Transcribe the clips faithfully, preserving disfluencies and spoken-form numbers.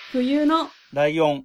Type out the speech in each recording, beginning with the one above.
冬のライオン。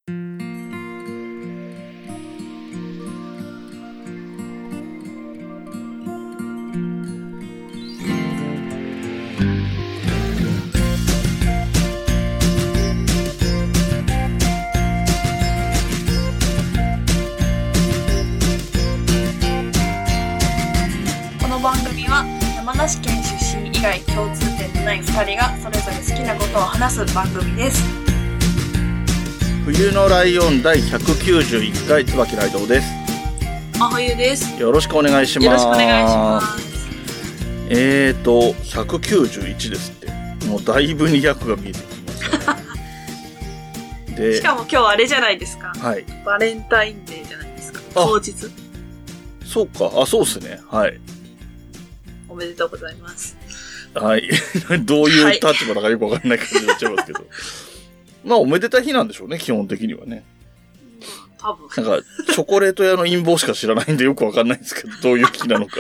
この番組は山梨県出身以外共通点のないふたりがそれぞれ好きなことを話す番組です。 冬のライオン第ひゃくきゅうじゅういっかい椿ライドウです。 真冬です。 よろしくお願いします。 よろしくお願いします。 えーとひゃくきゅうじゅういちですって。もうだいぶにひゃくが見えてきましたね。で、 しかも今日あれじゃないですか。 はい。 バレンタインデーじゃないですか。当日。 そうか。あ、そうですね。はい。 おめでとうございます。 はい。どういう立場だかよくわかんない感じになっちゃいますけど。まあ、おめでたい日なんでしょうね、基本的にはね。 多分。 なんか、チョコレート屋の陰謀しか知らないんでよくわかんないんですけど、どういう日なのか。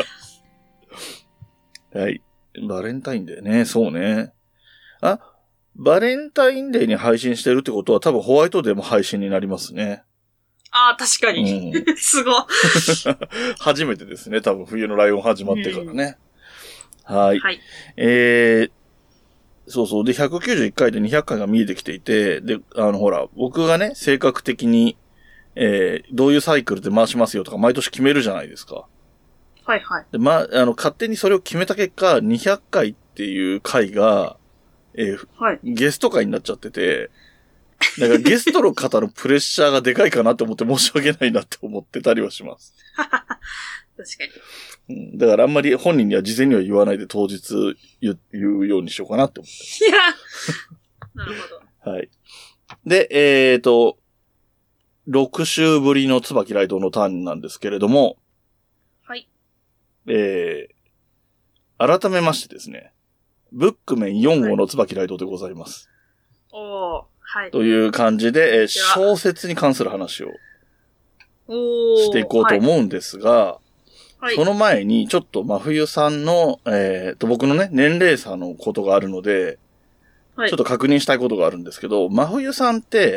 はい。バレンタインデーね、そうね。あ、バレンタインデーに配信してるってことは多分ホワイトデーも配信になりますね。 ああ、確かに。うん、すごい。 初めてですね、多分冬のライオン始まってからね。うん、はい。 はい。 えー、そうそう。で、ひゃくきゅうじゅういっかいでにひゃっかいが見えてきていて、で、あの、ほら、僕がね、性格的に、えー、どういうサイクルで回しますよとか毎年決めるじゃないですか。 はいはい。 で、ま、あの、勝手にそれを決めた結果、にひゃっかいっていう回が、えーはい、ゲスト回になっちゃってて、なんかゲストの方のプレッシャーがでかいかなって思って申し訳ないなって思ってたりはします。 確かに。 うん、だからあんまり本人には事前には言わないで当日言うようにしようかなって思って。 いや、なるほど。はい。で、えっと、ろく週ぶりの椿ライドのターンなんですけれども、 はい。 えー、改めましてですね、ブックメンよん号の椿ライドでございます。 はい、おー、はい。 という感じで、えー、小説に関する話をしていこうと思うんですが、はい、その前にちょっと真冬さんの、えー、と僕のね、年齢差のことがあるので、はい、ちょっと確認したいことがあるんですけど、真冬さんって、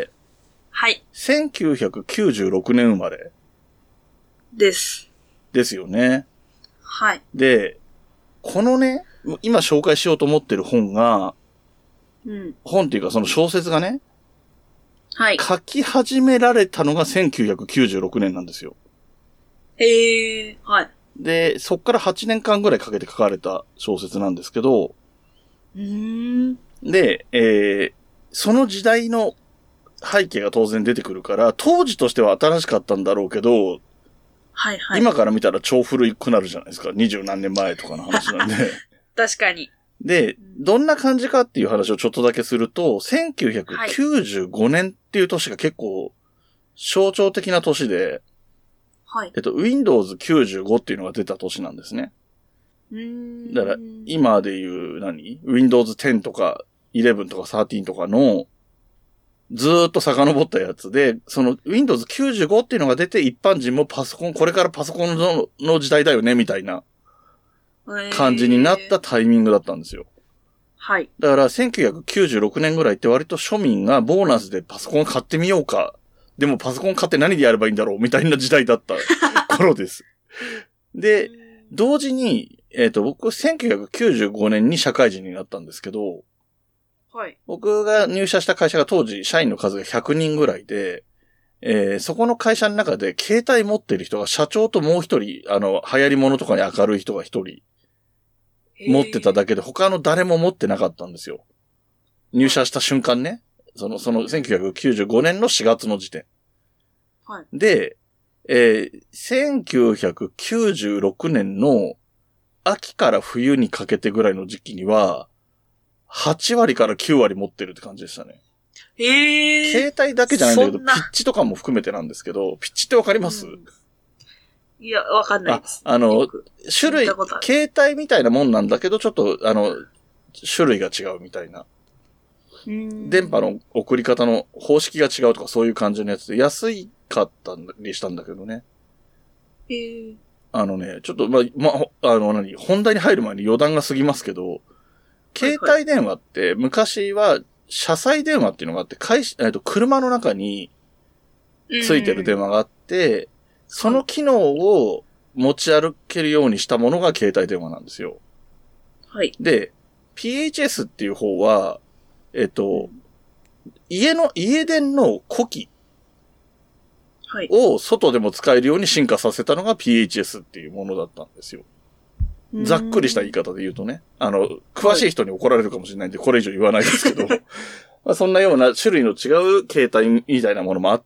はい。 せんきゅうひゃくきゅうじゅうろくねん生まれです。 ですよね。 はい。 で、このね、今紹介しようと思ってる本が、 うん、 本っていうかその小説がね、 はい。 書き始められたのがせんきゅうひゃくきゅうじゅうろくねんなんですよ。 へえ、はい。 で、そっからはちねんかんぐらいかけて書かれた小説なんですけど、 うーん。 で、えー、その時代の背景が当然出てくるから、当時としては新しかったんだろうけど、 はいはい。 今から見たら超古くなるじゃないですか。二十何年前とかの話なんで。 確かに。 で、どんな感じかっていう話をちょっとだけすると、せんきゅうひゃくきゅうじゅうごねんっていう年が結構象徴的な年で、 はい。 えっと、ウィンドウズきゅうじゅうご っていうのが出た年なんですね。 うーん。 だから、今で言う何 ウィンドウズテンとかじゅういちとかじゅうさんとかの、ずーっと遡ったやつで、その ウィンドウズきゅうじゅうご っていうのが出て一般人もパソコン、これからパソコン の, の時代だよね、みたいな感じになったタイミングだったんですよ。 はい。 だからせんきゅうひゃくきゅうじゅうろくねんぐらいって割と庶民がボーナスでパソコン買ってみようか。でもパソコン買って何でやればいいんだろうみたいな時代だった頃です。で、同時に、えっと、僕せんきゅうひゃくきゅうじゅうごねんに社会人になったんですけど、 はい。 僕が入社した会社が当時社員の数がひゃくにんぐらいで、えー、そこの会社の中で携帯持ってる人が社長ともう一人、あの、流行り物とかに明るい人が一人持ってただけで他の誰も持ってなかったんですよ。入社した瞬間ね。その、そのせんきゅうひゃくきゅうじゅうごねんのしがつの時点。 はい。 で、えー、せんきゅうひゃくきゅうじゅうろくねんの秋から冬にかけてぐらいの時期には、はちわりからきゅうわり持ってるって感じでしたね。 へー。 携帯だけじゃないんだけど、ピッチとかも含めてなんですけど、ピッチってわかります？うん、 いや、わかんないです。 あ、あの、種類、携帯みたいなもんなんだけど、ちょっと、あの、種類が違うみたいな。電波の送り方の方式が違うとかそういう感じのやつで安いかったりしたんだけどね。 へー。 あのね、ちょっと、ま、ま、あの何、本題に入る前に余談が過ぎますけど、携帯電話って昔は車載電話っていうのがあって、会社、えっと、車の中についてる電話があって、うん、その機能を持ち歩けるようにしたものが携帯電話なんですよ。 はい。 で、ピーエイチエス っていう方は、えっと、家の、家電の呼気を外でも使えるように進化させたのが ピーエイチエス っていうものだったんですよ。ざっくりした言い方で言うとね。あの、詳しい人に怒られるかもしれないんで、これ以上言わないですけど。まあそんなような種類の違う携帯みたいなものもあって、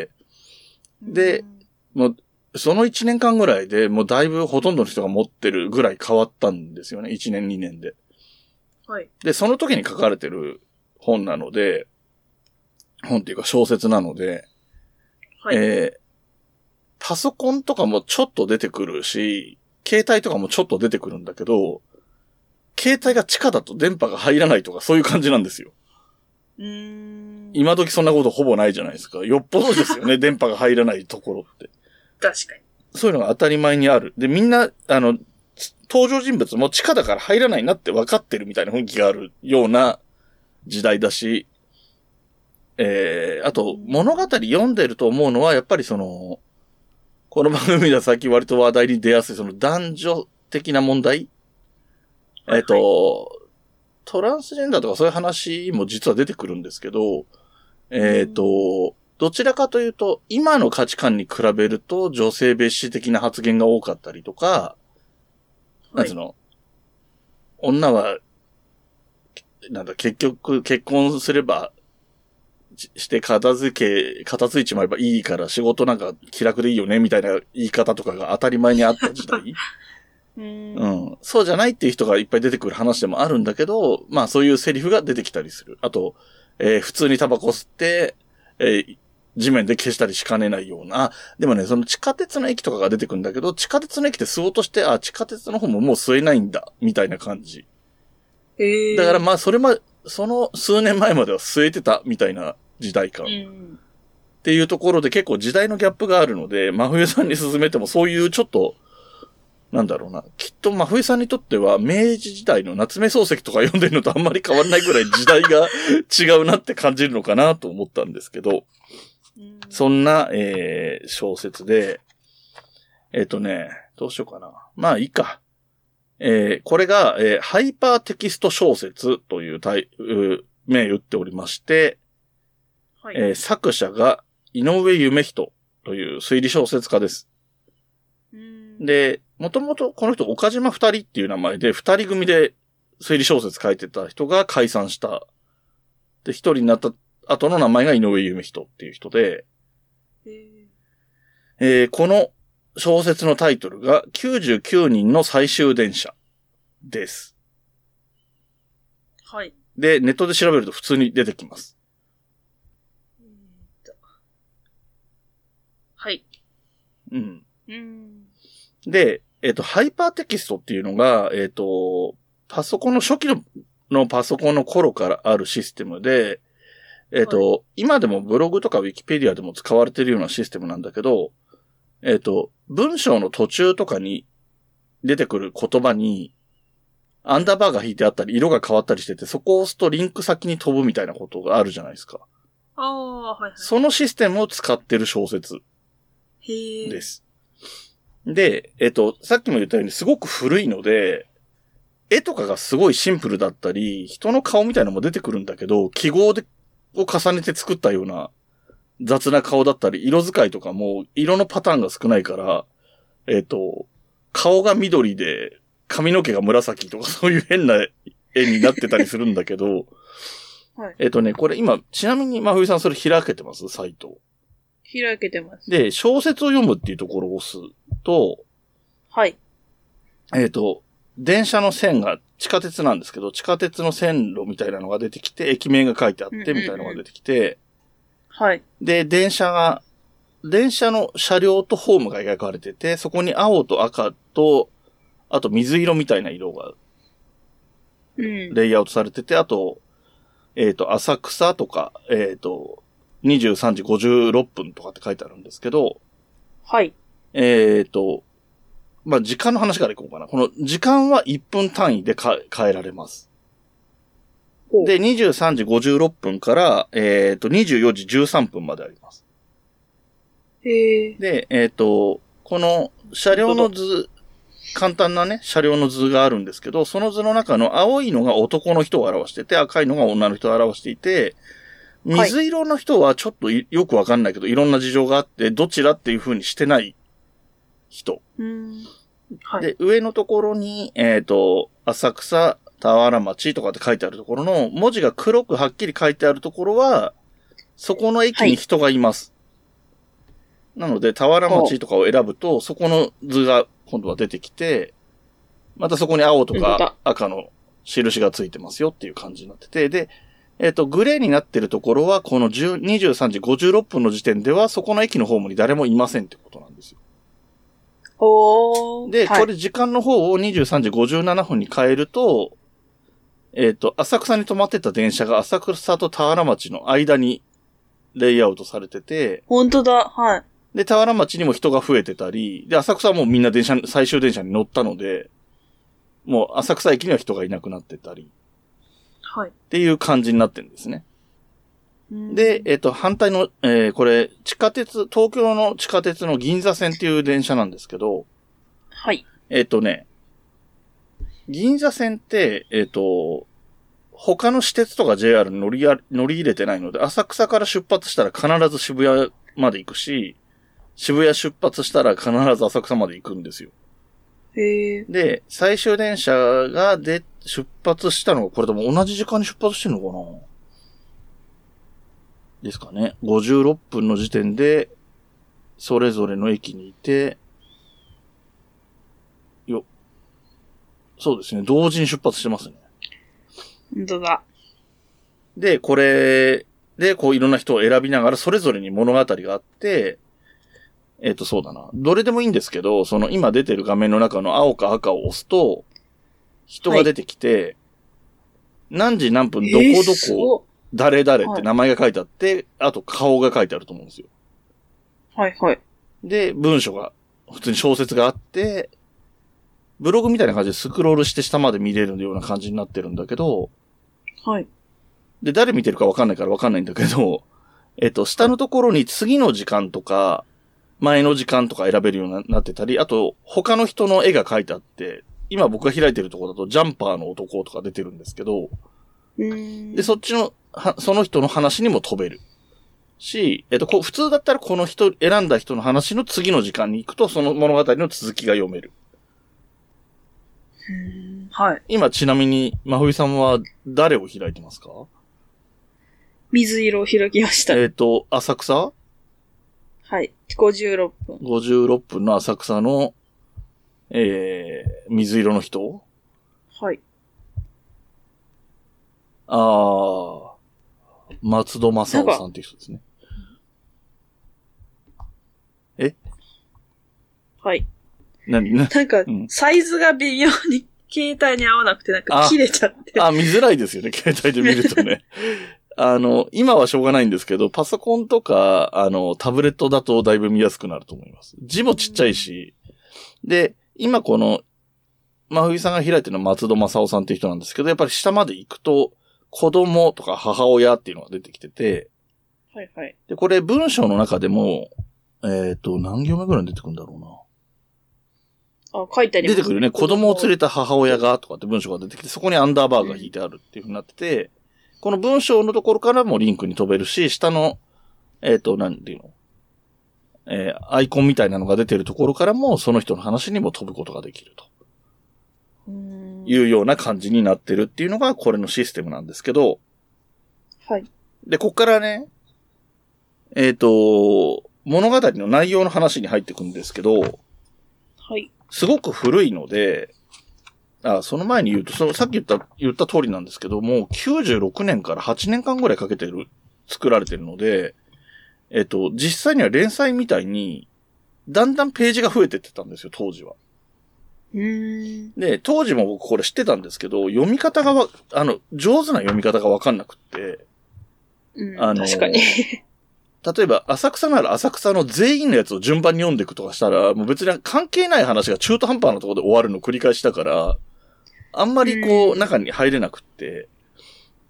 で、もう、そのいちねんかんぐらいでもうだいぶほとんどの人が持ってるぐらい変わったんですよね。いちねんにねんで。 はい。 で、その時に書かれてる本なので、本っていうか小説なので、はい、えー、パソコンとかもちょっと出てくるし、携帯とかもちょっと出てくるんだけど、携帯が地下だと電波が入らないとかそういう感じなんですよ。 うーん。 今時そんなことほぼないじゃないですか。よっぽどですよね、電波が入らないところって。 確かに。 そういうのが当たり前にある。で、みんな、あの、登場人物も地下だから入らないなって分かってるみたいな雰囲気があるような時代だし、えー、あと、物語読んでると思うのは、やっぱりその、この番組では最近割と話題に出やすい、その男女的な問題、はいはい、えっと、トランスジェンダーとかそういう話も実は出てくるんですけど、えっと、どちらかというと、今の価値観に比べると女性蔑視的な発言が多かったりとか、なんつうの、はい、女は、なんだ、結局結婚すれば、して片付け、片付いちまえばいいから仕事なんか気楽でいいよねみたいな言い方とかが当たり前にあった時代。うん、うん。そうじゃないっていう人がいっぱい出てくる話でもあるんだけど、まあそういうセリフが出てきたりする。あと、えー、普通にタバコ吸って、えー、地面で消したりしかねないような。でもね、その地下鉄の駅とかが出てくるんだけど、地下鉄の駅って吸おうとして、あ、地下鉄の方ももう吸えないんだ、みたいな感じ。 へー。 だからまあそれま、その数年前までは吸えてたみたいな時代感。うん、っていうところで結構時代のギャップがあるので、真冬さんに勧めてもそういうちょっと、なんだろうな。きっと真冬さんにとっては明治時代の夏目漱石とか読んでるのとあんまり変わらないぐらい時代が違うなって感じるのかなと思ったんですけど、うん、そんな、えー、小説で、えっとね、どうしようかな。まあいいか。えー、これが、えー、ハイパーテキスト小説というタイ名打っておりまして、はいえー、作者が井上夢人という推理小説家です。うんで、もともとこの人岡島二人っていう名前で二人組で推理小説書いてた人が解散した。で、一人になった後の名前が井上夢人っていう人で、えー、この小説のタイトルがきゅうじゅうきゅうにんの最終電車です。 はい。 で、ネットで調べると普通に出てきます。 はい。 うん。 うんで、えっと、ハイパーテキストっていうのが、えっと、パソコンの初期の、のパソコンの頃からあるシステムで、えっと、はい、今でもブログとかウィキペディアでも使われているようなシステムなんだけど、えっと、文章の途中とかに出てくる言葉に、アンダーバーが引いてあったり、色が変わったりしてて、そこを押すとリンク先に飛ぶみたいなことがあるじゃないですか。 ああ、はいはい。 そのシステムを使ってる小説です。で、えっと、さっきも言ったようにすごく古いので、絵とかがすごいシンプルだったり、人の顔みたいなのも出てくるんだけど、記号でを重ねて作ったような雑な顔だったり、色使いとかも色のパターンが少ないから、えっと、顔が緑で髪の毛が紫とかそういう変な絵になってたりするんだけど、はい、えっとね、これ今、ちなみに真冬さんそれ開けてますサイト。 開けてます。 で、小説を読むっていうところを押すと、 はい。 えっと、電車の線が地下鉄なんですけど、地下鉄の線路みたいなのが出てきて、駅名が書いてあってみたいなのが出てきて、 はい。 で、電車が、電車の車両とホームが描かれてて、そこに青と赤と、あと水色みたいな色が、レイアウトされてて、あと、えっと、浅草とか、えっと、にじゅうさんじごじゅうろっぷんとかって書いてあるんですけど、 はい。 えっと、まあ、時間の話からいこうかな。この時間はいっぷん単位でか変えられます。 で、にじゅうさんじごじゅうろっぷんから、えっと、にじゅうよじじゅうさんぷんまであります。 へえ。 で、えっと、この車両の図、簡単なね、車両の図があるんですけど、その図の中の青いのが男の人を表してて、赤いのが女の人を表していて、水色の人はちょっとよくわかんないけど、いろんな事情があって、どちらっていう風にしてない人。 うんはい、 で、上のところに、えっと、浅草、田原町とかって書いてあるところの、文字が黒くはっきり書いてあるところは、そこの駅に人がいます。はい、なので、田原町とかを選ぶと、そこの図が今度は出てきて、またそこに青とか赤の印がついてますよっていう感じになってて、で、えっと、グレーになってるところは、このにじゅうさんじごじゅうろっぷんの時点では、そこの駅のホームに誰もいませんってことなんですよ。 おー。 で、 はい、 これ時間の方をにじゅうさんじごじゅうななふんに変えると、えっと、浅草に止まってた電車が浅草と田原町の間にレイアウトされてて、 本当だ、はい。 で、田原町にも人が増えてたり、で、浅草はもうみんな電車、最終電車に乗ったので、もう浅草駅には人がいなくなってたり、 はい。 っていう感じになってるんですね。で、えっと、反対の、えー、これ、地下鉄、東京の地下鉄の銀座線っていう電車なんですけど、 はい。 えっとね、銀座線って、えっと、他の私鉄とか ジェイアール に乗りや、乗り入れてないので、浅草から出発したら必ず渋谷まで行くし、渋谷出発したら必ず浅草まで行くんですよ。 へー。 で、最終電車がで、出発したのが、これでも同じ時間に出発してるのかなですかね。ごじゅうろっぷんの時点で、それぞれの駅にいて、よ、そうですね。同時に出発してますね。 本当だ。 で、これで、こういろんな人を選びながら、それぞれに物語があって、えっと、そうだな。どれでもいいんですけど、その今出てる画面の中の青か赤を押すと、人が出てきて、はい、何時何分どこどこ、誰々って名前が書いてあって、はい、あと顔が書いてあると思うんですよ。 はいはい。 で、文章が、普通に小説があって、ブログみたいな感じでスクロールして下まで見れるような感じになってるんだけど、 はい。 で、誰見てるかわかんないからわかんないんだけど、えっと、下のところに次の時間とか、前の時間とか選べるようになってたり、あと、他の人の絵が書いてあって、今僕が開いてるところだと、ジャンパーの男とか出てるんですけど、で、そっちの、その人の話にも飛べる。し、えっと、こう、普通だったらこの人、選んだ人の話の次の時間に行くと、その物語の続きが読める。 はい。 今、ちなみに、まふいさんは誰を開いてますか？ 水色を開きました。 えっと、浅草？ はい。ごじゅうろっぷん。 ごじゅうろっぷんの浅草の、えー、水色の人？ はい。 あー、松戸正夫さんっていう人ですね。え？ はい。 何？ななんか、サイズが微妙に携帯に合わなくて、なんか切れちゃって。 あ、あ見づらいですよね、携帯で見るとね。あの、今はしょうがないんですけど、パソコンとか、あの、タブレットだとだいぶ見やすくなると思います。字もちっちゃいし。で、今この、まふいさんが開いてるのは松戸正夫さんっていう人なんですけど、やっぱり下まで行くと、子供とか母親っていうのが出てきてて、 はいはい。 で、これ文章の中でも、えっと、何行目ぐらいに出てくるんだろうな。 あ、書いてあります。 出てくるね。子供を連れた母親がとかって文章が出てきて、そこにアンダーバーが引いてあるっていう風になってて、この文章のところからもリンクに飛べるし、下の、えっと、何ていうのえー、アイコンみたいなのが出てるところからも、その人の話にも飛ぶことができると。いうような感じになってるっていうのが、これのシステムなんですけど、 はい。 で、こっからね、えっと、物語の内容の話に入ってくんですけど、 はい。 すごく古いので、あ、その前に言うと、そのさっき言った、言った通りなんですけども、きゅうじゅうろくねんからはちねんかんぐらいかけてる、作られてるので、えっと、実際には連載みたいに、だんだんページが増えてってたんですよ、当時は。 うーん。 で、当時も僕これ知ってたんですけど、読み方がわ、あの、上手な読み方がわかんなくって、 うん、あの、確かに。 例えば、浅草なら浅草の全員のやつを順番に読んでいくとかしたら、もう別に関係ない話が中途半端なところで終わるのを繰り返しだから、あんまりこう、中に入れなくって。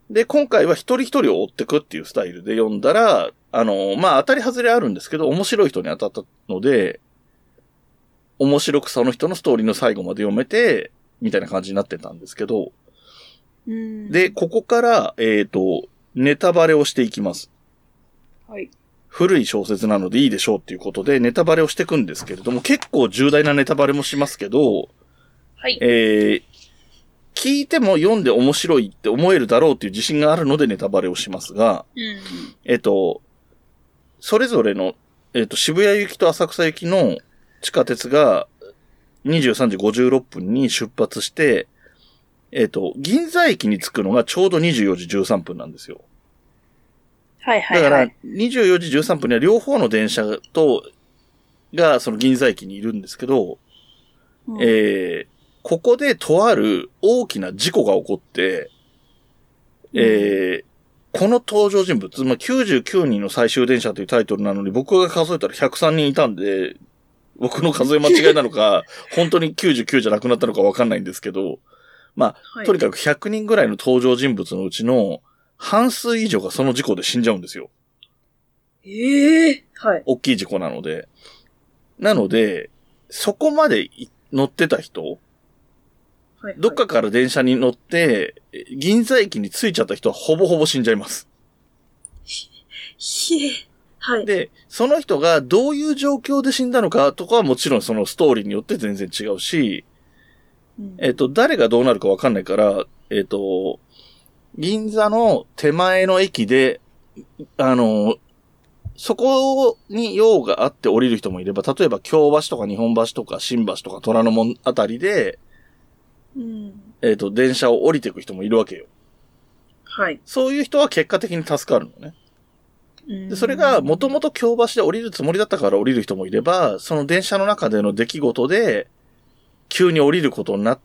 で、今回は一人一人を追ってくっていうスタイルで読んだら、あの、まあ、当たり外れあるんですけど、面白い人に当たったので、面白くその人のストーリーの最後まで読めて、みたいな感じになってたんですけど、 うん、 で、ここから、えっと、ネタバレをしていきます。 はい。 古い小説なのでいいでしょうっていうことで、ネタバレをしていくんですけれども、結構重大なネタバレもしますけど、 はい。 えー、聞いても読んで面白いって思えるだろうっていう自信があるのでネタバレをしますが、 うん、 えっと、それぞれの、えっと、渋谷行きと浅草行きの地下鉄がにじゅうさんじごじゅうろっぷんに出発して、えっと、銀座駅に着くのがちょうどにじゅうよじじゅうさんぷんなんですよ。 はいはいはい。 だから、にじゅうよじじゅうさんぷんには両方の電車と、が、その銀座駅にいるんですけど、 うん、 えー、ここでとある大きな事故が起こって、うん、えー、この登場人物、まあ、きゅうじゅうきゅうにんの最終電車というタイトルなのに、僕が数えたらひゃくさんにんいたんで、僕の数え間違いなのか、本当にきゅうじゅうきゅうじゃなくなったのかわかんないんですけど、まあ、はい、とにかくひゃくにんぐらいの登場人物のうちの半数以上がその事故で死んじゃうんですよ。 ええー、はい。 大きい事故なので。なので、そこまで乗ってた人、はいはい、どっかから電車に乗って、銀座駅に着いちゃった人はほぼほぼ死んじゃいます。 ひえ。はい。 で、その人がどういう状況で死んだのかとかはもちろんそのストーリーによって全然違うし、うん、えっと、誰がどうなるかわかんないから、えっと、銀座の手前の駅で、あの、そこに用があって降りる人もいれば、例えば京橋とか日本橋とか新橋とか虎ノ門あたりで、うん、えっと、電車を降りていく人もいるわけよ。 はい。 そういう人は結果的に助かるのね。で、それがもともと京橋で降りるつもりだったから降りる人もいれば、その電車の中での出来事で、急に降りることになって、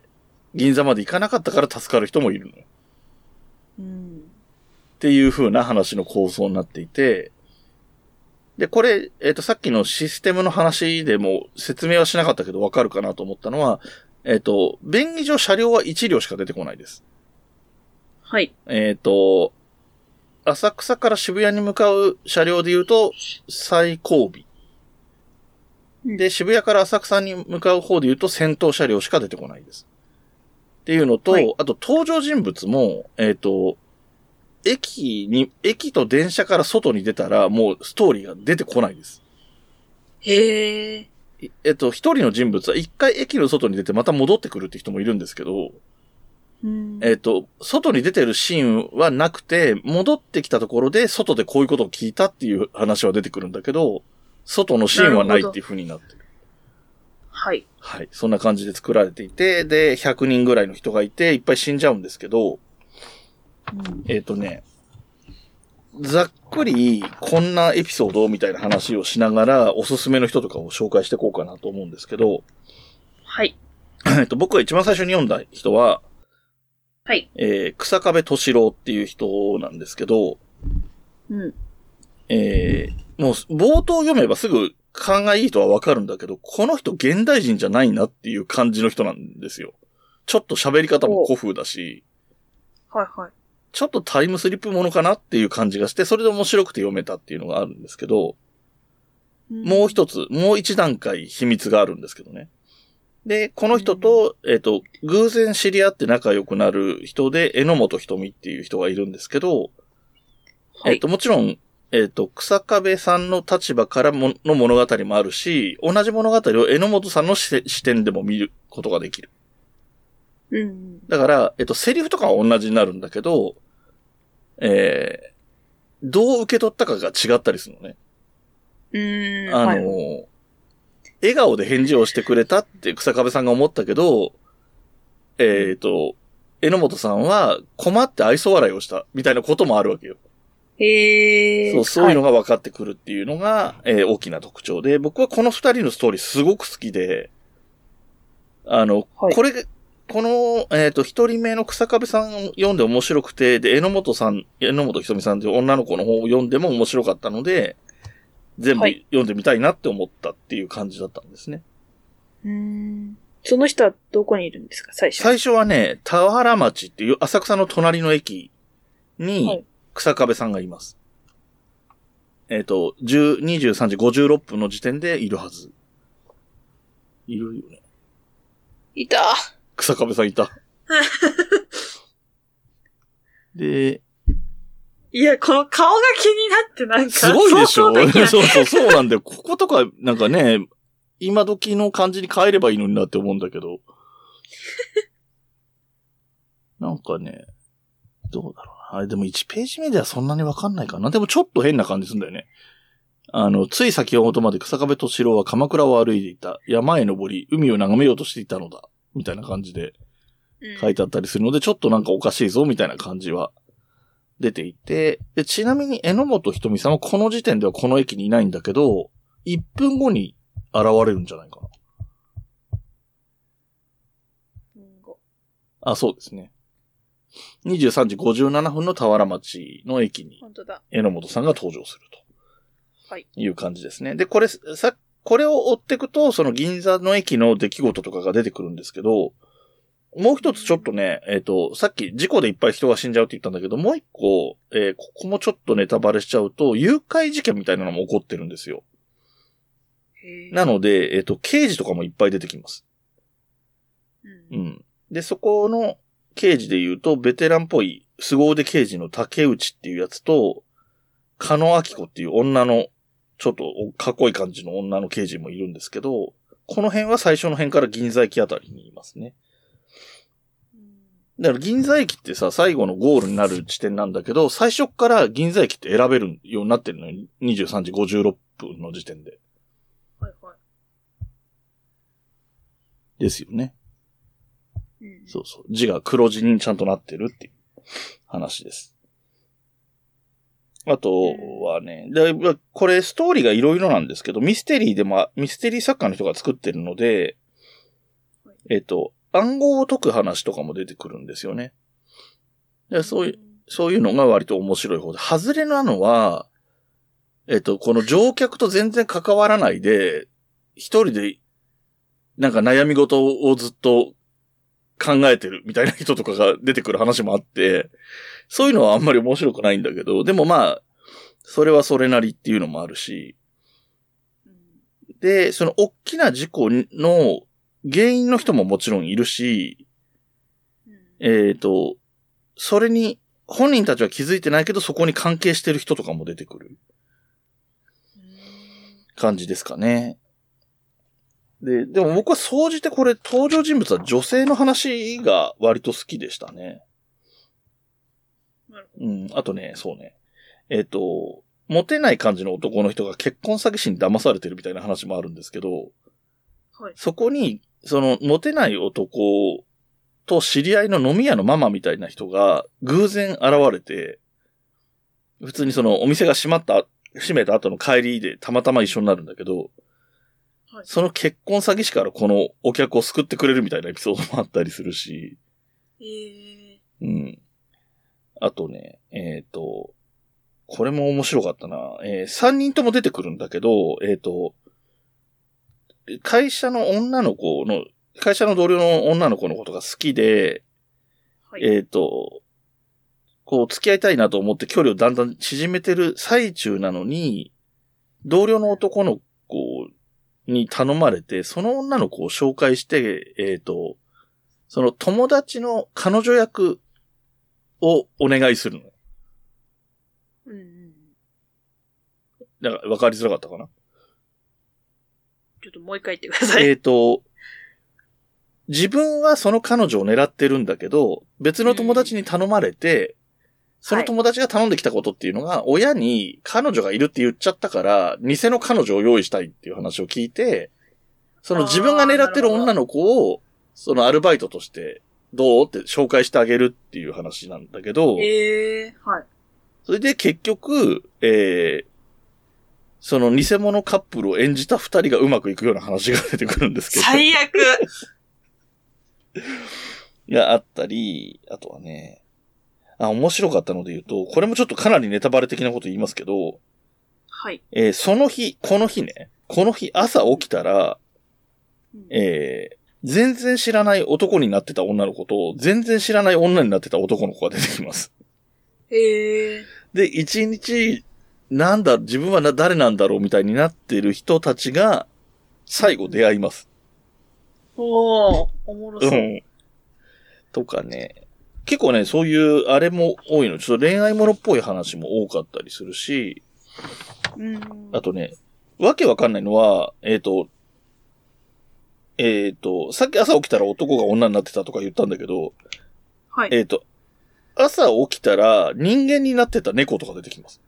銀座まで行かなかったから助かる人もいるのよ。うん、っていう風な話の構想になっていて、で、これ、えっと、さっきのシステムの話でも説明はしなかったけどわかるかなと思ったのは、えっと、便宜上車両はいち両しか出てこないです。 はい。 えっと、浅草から渋谷に向かう車両で言うと、最後尾。で、渋谷から浅草に向かう方で言うと先頭車両しか出てこないです。っていうのと、はい、あと登場人物も、えっと、駅に、駅と電車から外に出たらもうストーリーが出てこないです。 へー。 えっと、一人の人物は一回駅の外に出てまた戻ってくるって人もいるんですけど、うん、えっと、外に出てるシーンはなくて、戻ってきたところで外でこういうことを聞いたっていう話は出てくるんだけど、外のシーンはないっていう風になってる。 はい。 はい。そんな感じで作られていて、で、ひゃくにんぐらいの人がいて、いっぱい死んじゃうんですけど、うん、えっとね、ざっくりこんなエピソードみたいな話をしながら、おすすめの人とかを紹介していこうかなと思うんですけど、 はい。 えっと、僕が一番最初に読んだ人は、 はい。 えー、草壁敏郎っていう人なんですけど、 うん。 えー、もう冒頭読めばすぐ勘がいい人はわかるんだけど、この人現代人じゃないなっていう感じの人なんですよ。ちょっと喋り方も古風だし、 はいはい。 ちょっとタイムスリップものかなっていう感じがして、それで面白くて読めたっていうのがあるんですけど、うん、もう一つ、もう一段階秘密があるんですけどね。で、この人と、うん、えっと、偶然知り合って仲良くなる人で、榎本ひとみっていう人がいるんですけど、はい、えっと、もちろん、えっと、草壁さんの立場からもの物語もあるし、同じ物語を榎本さんの視点でも見ることができる。 うん。 だから、えっと、セリフとかは同じになるんだけど、えー、どう受け取ったかが違ったりするのね。 うーん。 あの、 はい、 笑顔で返事をしてくれたって草壁さんが思ったけど、えっと、榎本さんは困って愛想笑いをしたみたいなこともあるわけよ。 へー。 そう、そういうのが分かってくるっていうのが、はい、えー、大きな特徴で、僕はこの二人のストーリーすごく好きで、あの、はい、これ、この、えっと、一人目の草壁さんを読んで面白くて、で、榎本さん、榎本ひとみさんという女の子の方を読んでも面白かったので、全部読んでみたいなって思ったっていう感じだったんですね。 うーん。その人はどこにいるんですか、最初。 最初はね、田原町っていう浅草の隣の駅に、草壁さんがいます。えっと、にじゅうさんじごじゅうろっぷんの時点でいるはず。いるよね。 いた。 草壁さんいた。で、 いや、この顔が気になってなんか。 すごいでしょそうそうそう、そうなんだよ。こことか、なんかね、今時の感じに変えればいいのになって思うんだけど。なんかね、どうだろうな。あれでもいちページ目ではそんなにわかんないかな。でもちょっと変な感じするんだよね。あの、つい先ほどまで草壁敏郎は鎌倉を歩いていた。山へ登り、海を眺めようとしていたのだ。みたいな感じで書いてあったりするので、うん、ちょっとなんかおかしいぞ、みたいな感じは出ていて、で、ちなみに榎本ひとみさんはこの時点ではこの駅にいないんだけど、いっぷんごに現れるんじゃないかな。あ、そうですね。にじゅうさんじごじゅうななふんの田原町の駅に、榎本さんが登場すると。はい。いう感じですね。で、これ、さ、これを追っていくと、その銀座の駅の出来事とかが出てくるんですけど、もう一つちょっとね、えっと、さっき事故でいっぱい人が死んじゃうって言ったんだけど、もう一個、えー、ここもちょっとネタバレしちゃうと、誘拐事件みたいなのも起こってるんですよ。へー。なので、えっと、刑事とかもいっぱい出てきます。うん。うん。で、そこの刑事で言うと、ベテランっぽい凄腕刑事の竹内っていうやつと、加野明子っていう女の、ちょっとかっこいい感じの女の刑事もいるんですけど、この辺は最初の辺から銀座駅あたりにいますね。だから銀座駅ってさ、最後のゴールになる地点なんだけど、最初から銀座駅って選べるようになってるのよ。にじゅうさんじごじゅうろっぷんの時点で。はいはい。ですよね。うん、そうそう。字が黒字にちゃんとなってるっていう話です。あとはね、でこれストーリーがいろいろなんですけど、ミステリーでも、ミステリー作家の人が作ってるので、えっと、暗号を解く話とかも出てくるんですよね。でそういう、そういうのが割と面白い方で、外れなのは、えっと、この乗客と全然関わらないで、一人で、なんか悩み事をずっと考えてるみたいな人とかが出てくる話もあって、そういうのはあんまり面白くないんだけど、でもまあ、それはそれなりっていうのもあるし、で、その大きな事故の原因の人ももちろんいるし、えっと、それに本人たちは気づいてないけど、そこに関係してる人とかも出てくる感じですかね。で、でも僕は総じてこれ登場人物は女性の話が割と好きでしたね。うん、あとね、そうね。えっと、モテない感じの男の人が結婚詐欺師に騙されてるみたいな話もあるんですけど、はい、そこに、その、モテない男と知り合いの飲み屋のママみたいな人が偶然現れて、普通にそのお店が閉まった、閉めた後の帰りでたまたま一緒になるんだけど、はい、その結婚詐欺師からこのお客を救ってくれるみたいなエピソードもあったりするし、えー、うん。あとね、えっと、これも面白かったな。えー、さんにんとも出てくるんだけど、えっと、会社の女の子の、会社の同僚の女の子のことが好きで、はい、えっと、こう付き合いたいなと思って距離をだんだん縮めてる最中なのに、同僚の男の子に頼まれて、その女の子を紹介して、えっと、その友達の彼女役をお願いするの。うんうん。だから分かりづらかったかな？ ちょっともう一回言ってください。 えっと、自分はその彼女を狙ってるんだけど、別の友達に頼まれて、うん、その友達が頼んできたことっていうのが、はい、親に彼女がいるって言っちゃったから、偽の彼女を用意したいっていう話を聞いて、その自分が狙ってる女の子を、そのアルバイトとしてどうって紹介してあげるっていう話なんだけど、 ええー、はい。 それで結局、えー、その偽物カップルを演じた二人がうまくいくような話が出てくるんですけど。 最悪があったり、あとはね、あ、面白かったので言うと、これもちょっとかなりネタバレ的なこと言いますけど、はい。えー、その日、この日ね、この日朝起きたら、うん、えー、全然知らない男になってた女の子と、全然知らない女になってた男の子が出てきます。 へえ。 で、一日、なんだ、自分はな誰なんだろうみたいになってる人たちが、最後出会います。 おー、おもろそう。うん。 とかね。結構ね、そういう、あれも多いの。ちょっと恋愛ものっぽい話も多かったりするし、 うん。 あとね、わけわかんないのは、えっと、えっと、さっき朝起きたら男が女になってたとか言ったんだけど、 はい。 えっと、朝起きたら人間になってた猫とか出てきます。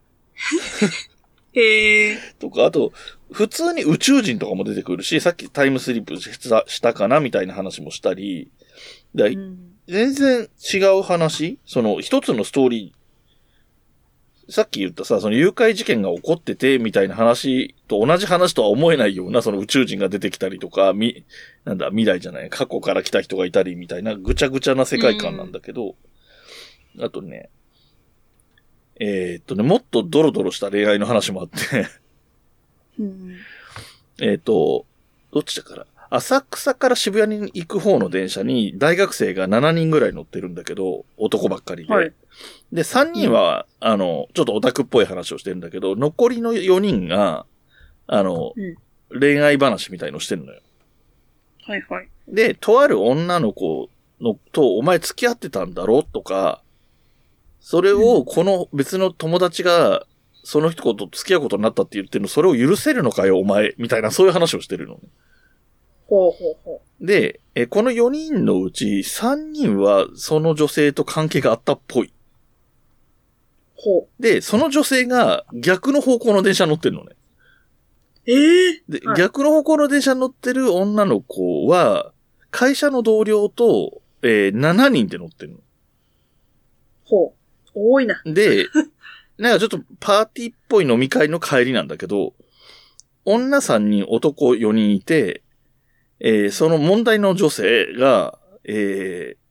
へー。 とか、あと、普通に宇宙人とかも出てくるし、さっきタイムスリップしたしたかなみたいな話もしたり、だ、うん、全然違う話その一つのストーリー、さっき言ったさ、その誘拐事件が起こってて、みたいな話と同じ話とは思えないような、その宇宙人が出てきたりとか、み、なんだ、未来じゃない、過去から来た人がいたりみたいな、ぐちゃぐちゃな世界観なんだけど、うん、あとね、えー、っとね、もっとドロドロした恋愛の話もあってうん、 えっと、どっちだから、浅草から渋谷に行く方の電車に大学生がななにんぐらい乗ってるんだけど、男ばっかりで。はい、で、さんにんは、うん、あの、ちょっとオタクっぽい話をしてるんだけど、残りのよにんが、あの、うん、恋愛話みたいのしてるのよ。 はいはい。 で、とある女の子のと、お前付き合ってたんだろとか、それをこの別の友達が、その人と付き合うことになったって言ってるの、それを許せるのかよ、お前、みたいな、そういう話をしてるのね。 ほうほうほう。で、え、このよにんのうちさんにんはその女性と関係があったっぽい。 ほう。で、その女性が逆の方向の電車に乗ってるのね。 ええー、で、はい、逆の方向の電車に乗ってる女の子は、会社の同僚と、えー、しちにんで乗ってるの。 ほう。多いな。 で、なんかちょっとパーティーっぽい飲み会の帰りなんだけど、女さんにん男よにんいて、えー、その問題の女性が、えー、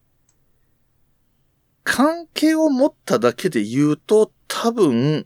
関係を持っただけで言うと、多分、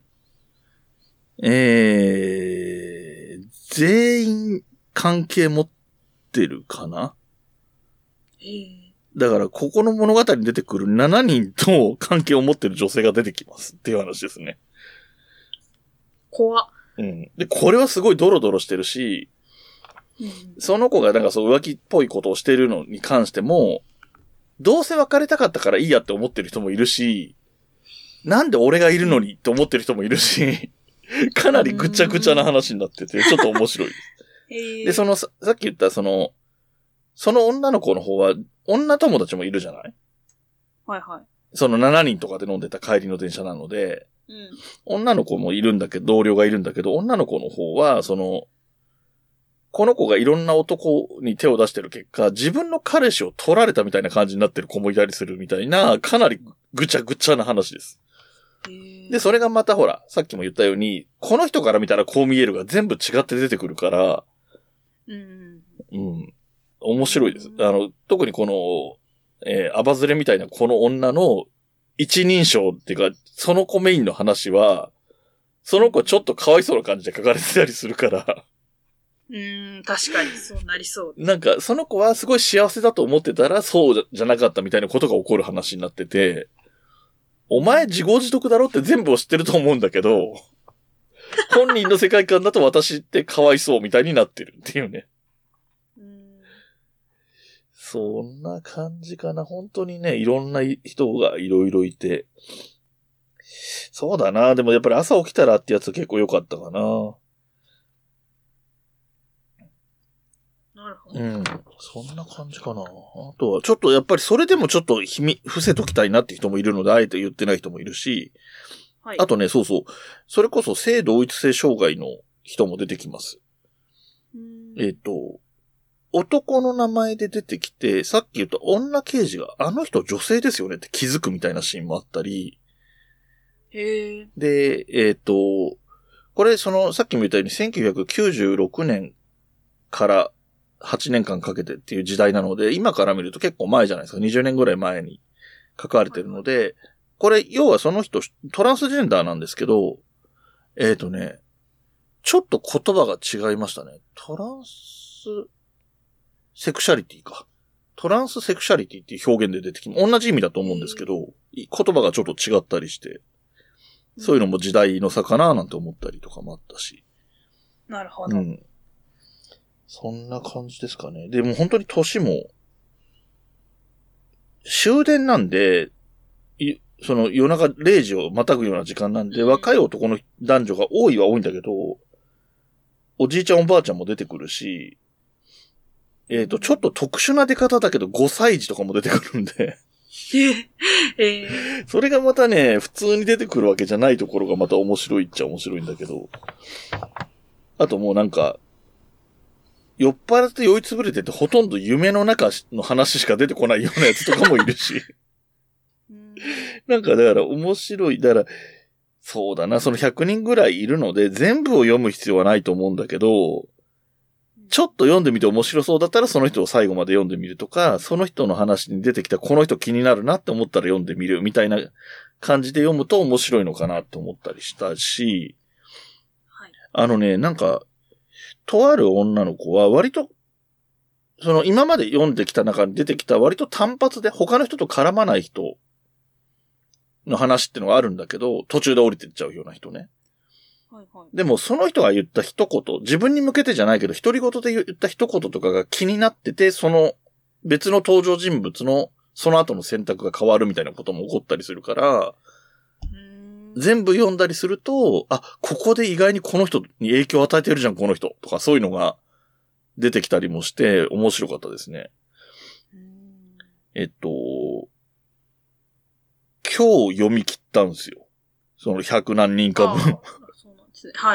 えー、全員関係持ってるかな？ えー、 だから、ここの物語に出てくるしちにんと関係を持ってる女性が出てきますっていう話ですね。 怖っ。 うん。で、これはすごいドロドロしてるし、うん、その子がなんかそう浮気っぽいことをしてるのに関しても、どうせ別れたかったからいいやって思ってる人もいるし、なんで俺がいるのにって思ってる人もいるし、かなりぐちゃぐちゃな話になってて、ちょっと面白いです。 えー、 で、そのさ、さっき言ったその、その女の子の方は、女友達もいるじゃない？ はいはい。 そのしちにんとかで飲んでた帰りの電車なので、 うん、 女の子もいるんだけど、同僚がいるんだけど、女の子の方は、その、この子がいろんな男に手を出してる結果、自分の彼氏を取られたみたいな感じになってる子もいたりするみたいな、かなりぐちゃぐちゃな話です。で、それがまたほら、さっきも言ったように、この人から見たらこう見えるが全部違って出てくるから、 うん。 うん。面白いです。あの、特にこの、えー、アバズレみたいなこの女の一人称っていうか、その子メインの話は、その子ちょっとかわいそうな感じで書かれてたりするから、 うーん、確かにそうなりそう。 なんか、その子はすごい幸せだと思ってたら、そうじゃなかったみたいなことが起こる話になってて、お前自業自得だろって全部を知ってると思うんだけど、本人の世界観だと私ってかわいそうみたいになってるっていうね。 うーん、 そんな感じかな。本当にね、いろんな人がいろいろいて。そうだな。でもやっぱり朝起きたらってやつ結構良かったかな。 なるほど。 うん。そんな感じかな。あとは、ちょっとやっぱりそれでもちょっと秘密、伏せときたいなって人もいるので、あえて言ってない人もいるし、はい。あとね、そうそう。それこそ性同一性障害の人も出てきます。えっと、男の名前で出てきて、さっき言った女刑事が、あの人女性ですよねって気づくみたいなシーンもあったり、 へー。 で、えっと、これその、さっきも言ったようにせんきゅうひゃくきゅうじゅうろくねんからはちねんかんかけてっていう時代なので、今から見ると結構前じゃないですか。にじゅうねんぐらい前に書かれてるので、これ、要はその人、トランスジェンダーなんですけど、えっとね、ちょっと言葉が違いましたね。トランス、セクシャリティか。 トランスセクシャリティっていう表現で出てきて、同じ意味だと思うんですけど、言葉がちょっと違ったりして、そういうのも時代の差かななんて思ったりとかもあったし。 なるほど。 うん。そんな感じですかね。でも本当に年も、終電なんで、その夜中れいじをまたぐような時間なんで、若い男の男女が多いは多いんだけど、おじいちゃんおばあちゃんも出てくるし、えっと、ちょっと特殊な出方だけどごさい児とかも出てくるんで。 えー、 それがまたね、普通に出てくるわけじゃないところがまた面白いっちゃ面白いんだけど。あともうなんか、酔っ払って酔いつぶれててほとんど夢の中の話しか出てこないようなやつとかもいるし。なんかだから面白い。だから、そうだな、そのひゃくにんぐらいいるので全部を読む必要はないと思うんだけど、ちょっと読んでみて面白そうだったらその人を最後まで読んでみるとか、その人の話に出てきたこの人気になるなって思ったら読んでみるみたいな感じで読むと面白いのかなって思ったりしたし、 はい、 あのね、なんか、とある女の子は割と、その今まで読んできた中に出てきた割と単発で他の人と絡まない人の話ってのがあるんだけど、途中で降りてっちゃうような人ね。 はいはい、 でもその人が言った一言、自分に向けてじゃないけど、独り言で言った一言とかが気になってて、その別の登場人物のその後の選択が変わるみたいなことも起こったりするから、全部読んだりすると、あ、ここで意外にこの人に影響を与えてるじゃん、この人とかそういうのが出てきたりもして面白かったですね。えっと、今日読み切ったんですよ。その百何人か分。 はい。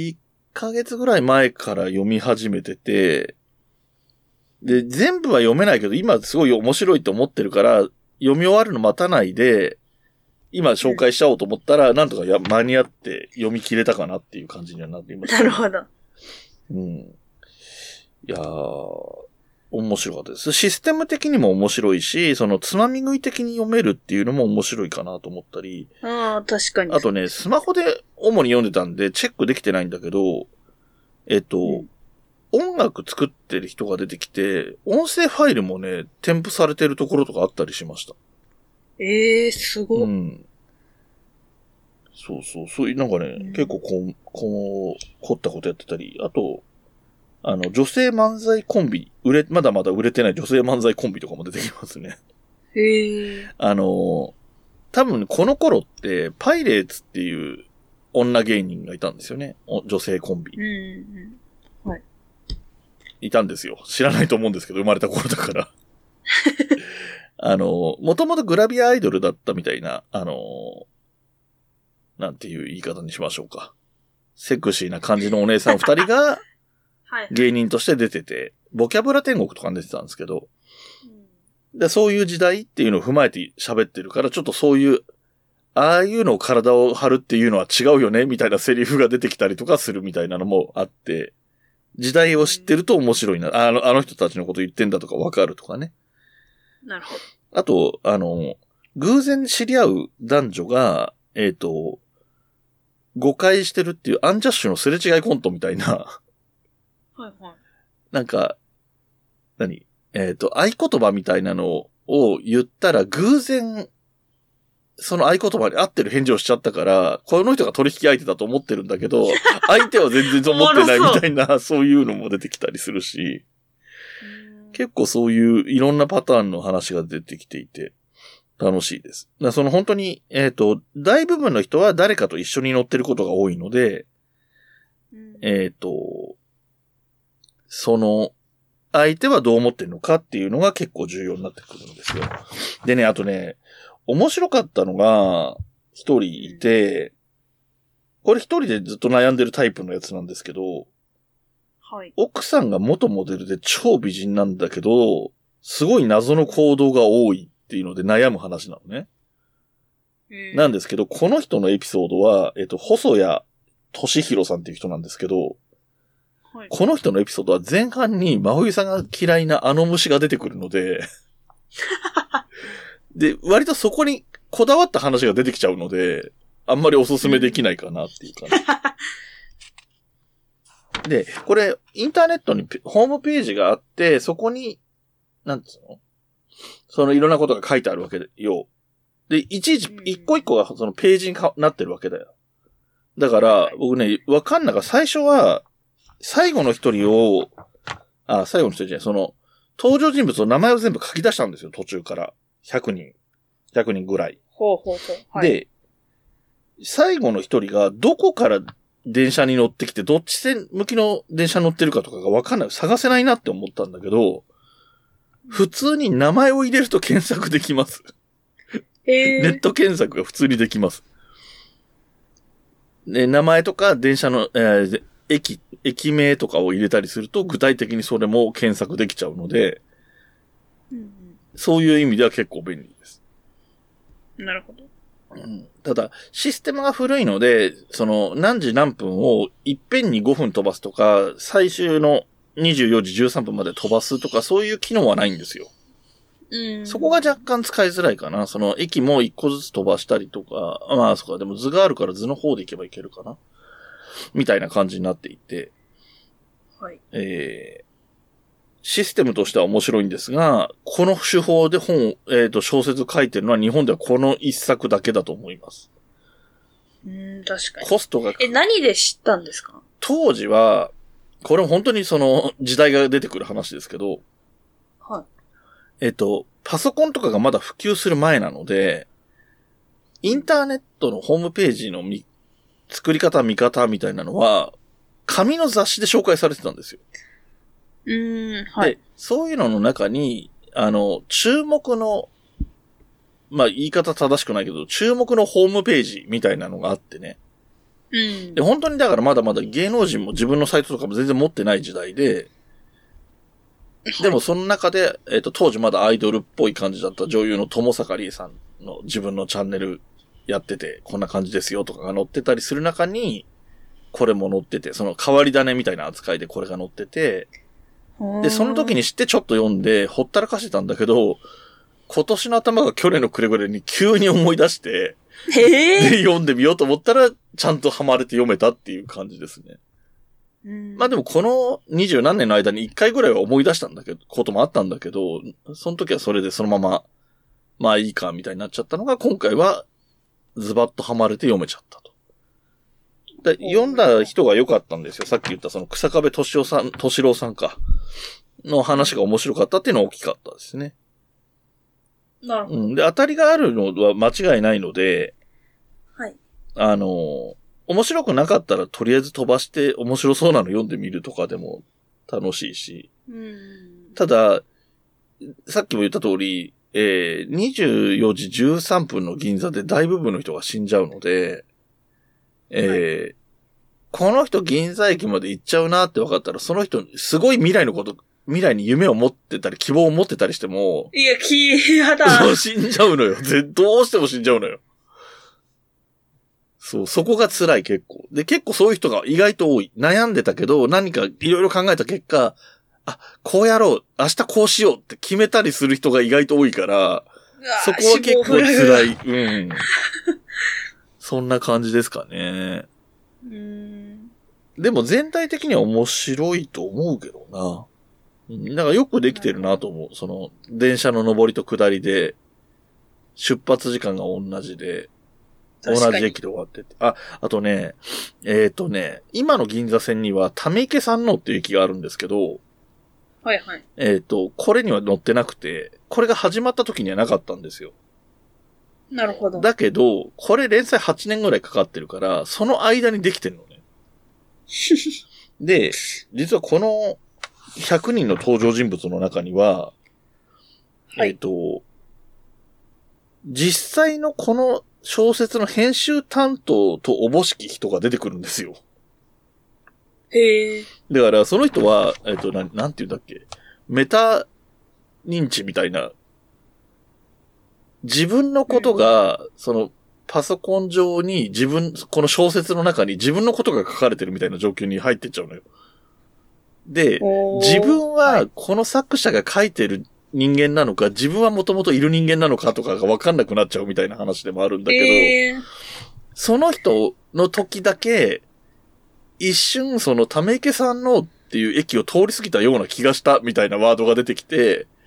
いっかげつぐらい前から読み始めてて、で、全部は読めないけど、今すごい面白いと思ってるから、読み終わるの待たないで、今紹介しちゃおうと思ったら、うん、なんとかや間に合って読み切れたかなっていう感じにはなっていました、 ね。なるほど。 うん。いやー、面白かったです。システム的にも面白いし、そのつまみ食い的に読めるっていうのも面白いかなと思ったり。 ああ、確かに。 あとね、スマホで主に読んでたんでチェックできてないんだけど、えっと、うん、音楽作ってる人が出てきて、音声ファイルもね、添付されてるところとかあったりしました。 ええー、すごい。 うん。そうそう、そういう、なんかね、うん、結構こう、こう、凝ったことやってたり、あと、あの、女性漫才コンビ、売れ、まだまだ売れてない女性漫才コンビとかも出てきますね。 へえ。 あの、多分この頃って、パイレーツっていう女芸人がいたんですよね。女性コンビ。 うんうんうん。はい。 いたんですよ。知らないと思うんですけど、生まれた頃だから。あの、もともとグラビアアイドルだったみたいな、あの、なんていう言い方にしましょうか。セクシーな感じのお姉さん二人が、芸人として出てて、ボキャブラ天国とかに出てたんですけど、うん、でそういう時代っていうのを踏まえて喋ってるから、ちょっとそういう、ああいうのを体を張るっていうのは違うよね、みたいなセリフが出てきたりとかするみたいなのもあって、時代を知ってると面白いな。あの、あの人たちのこと言ってんだとかわかるとかね。 なるほど。 あと、あの、偶然知り合う男女が、えっと、誤解してるっていうアンジャッシュのすれ違いコントみたいな、 はいはい。 なんか、何えっと、合言葉みたいなのを言ったら偶然、その合言葉に合ってる返事をしちゃったから、この人が取引相手だと思ってるんだけど、相手は全然思ってないみたいな、そういうのも出てきたりするし、結構そういういろんなパターンの話が出てきていて、楽しいです。だからその本当に、えっと、大部分の人は誰かと一緒に乗ってることが多いので、えっと、その、相手はどう思ってるのかっていうのが結構重要になってくるんですよ。でね、あとね、面白かったのが、一人いて、これ一人でずっと悩んでるタイプのやつなんですけど、 はい。 奥さんが元モデルで超美人なんだけど、すごい謎の行動が多いっていうので悩む話なのね。なんですけど、この人のエピソードは、えっと、細谷俊弘さんっていう人なんですけど、はい、この人のエピソードは前半に真冬さんが嫌いなあの虫が出てくるので、で、割とそこにこだわった話が出てきちゃうので、あんまりおすすめできないかなっていう感じ。で、これ、インターネットにホームページがあって、そこになんつうのそのいろんなことが書いてあるわけでよ。で、いちいち、一個一個がそのページになってるわけだよ。だから、僕ね、わかんなかった。最初は、最後の一人を、あ、最後の一人じゃない、その、登場人物の名前を全部書き出したんですよ、途中から。ひゃくにん。ひゃくにんぐらい。 ほうほうほう。 はい、で、最後の一人がどこから電車に乗ってきて、どっち線向きの電車に乗ってるかとかがわかんない。探せないなって思ったんだけど、普通に名前を入れると検索できます。 へー。 ネット検索が普通にできます。で、名前とか電車の、えー、駅、駅名とかを入れたりすると具体的にそれも検索できちゃうので、 うんうん、 そういう意味では結構便利です。 なるほど。 うん、ただ、システムが古いので、その、何時何分をいっぺんにごふん飛ばすとか、最終のにじゅうよじじゅうさんぷんまで飛ばすとか、そういう機能はないんですよ。 うん、 そこが若干使いづらいかな。その、駅もいっこずつ飛ばしたりとか、まあ、そっか、でも図があるから図の方で行けばいけるかな。みたいな感じになっていて、 はい。 えー、システムとしては面白いんですが、この手法で本、えっと、小説書いてるのは日本ではこの一作だけだと思います。 うん、確かに。 コストが。 え、何で知ったんですか？ 当時は、これ本当にその時代が出てくる話ですけど、 はい。 えっと、パソコンとかがまだ普及する前なので、インターネットのホームページのみ作り方、見方みたいなのは、紙の雑誌で紹介されてたんですよ。 うーん、はい。 で、そういうのの中に、あの、注目の、まあ、言い方正しくないけど、注目のホームページみたいなのがあってね。 うん。 で、本当にだからまだまだ芸能人も自分のサイトとかも全然持ってない時代で、でもその中で、えっと、当時まだアイドルっぽい感じだった女優の友坂理恵さんの自分のチャンネルやってて、こんな感じですよとかが載ってたりする中に、これも載ってて、その変わり種みたいな扱いでこれが載ってて、で、その時に知ってちょっと読んで、ほったらかしてたんだけど、今年の頭が去年の暮れぐらいに急に思い出して、 へで、読んでみようと思ったら、ちゃんとハマれて読めたっていう感じですね。 うん、 まあでもこの二十何年の間に一回ぐらいは思い出したんだけど、こともあったんだけど、その時はそれでそのまま、まあいいかみたいになっちゃったのが、今回はズバッとハマれて読めちゃったと。で読んだ人が良かったんですよ。さっき言ったその草壁敏夫さん、敏郎さんか。の話が面白かったっていうのは大きかったですね。 なるほど。 うん。で、当たりがあるのは間違いないので、 はい。 あの、面白くなかったらとりあえず飛ばして面白そうなの読んでみるとかでも楽しいし。 うん。 ただ、さっきも言った通り、えー、にじゅうよじじゅうさんぷんの銀座で大部分の人が死んじゃうので、えーはい、この人銀座駅まで行っちゃうなって分かったら、その人すごい未来のこと、未来に夢を持ってたり希望を持ってたりしても、 いや、きやだ。 そう、死んじゃうのよ。どうしても死んじゃうのよ。そう、そこが辛い結構。で、結構そういう人が意外と多い。悩んでたけど、何かいろいろ考えた結果、あ、こうやろう、明日こうしようって決めたりする人が意外と多いから、そこは結構辛い。うん。そんな感じですかね。 うーん。 でも全体的には面白いと思うけどな。だからよくできてるなと思う。その、電車の上りと下りで、出発時間が同じで、同じ駅で終わってて。あ、あとね、えっとね、今の銀座線には、溜池山王っていう駅があるんですけど、 はいはい。 えっと、これには乗ってなくて、これが始まった時にはなかったんですよ。 なるほど。 だけど、これ連載はちねんぐらいかかってるから、その間にできてるのね。で、実はこのひゃくにんの登場人物の中には、はい、えっと、実際のこの小説の編集担当とおぼしき人が出てくるんですよ。 へえ。 だからその人は、えっと、なん、なんて言うんだっけ、メタ認知みたいな、自分のことが、うん、その、パソコン上に自分、この小説の中に自分のことが書かれてるみたいな状況に入ってっちゃうのよ。で、自分はこの作者が書いてる人間なのか、自分はもともといる人間なのかとかが分かんなくなっちゃうみたいな話でもあるんだけど、えー、その人の時だけ、一瞬その溜池山王っていう駅を通り過ぎたような気がしたみたいなワードが出てきて、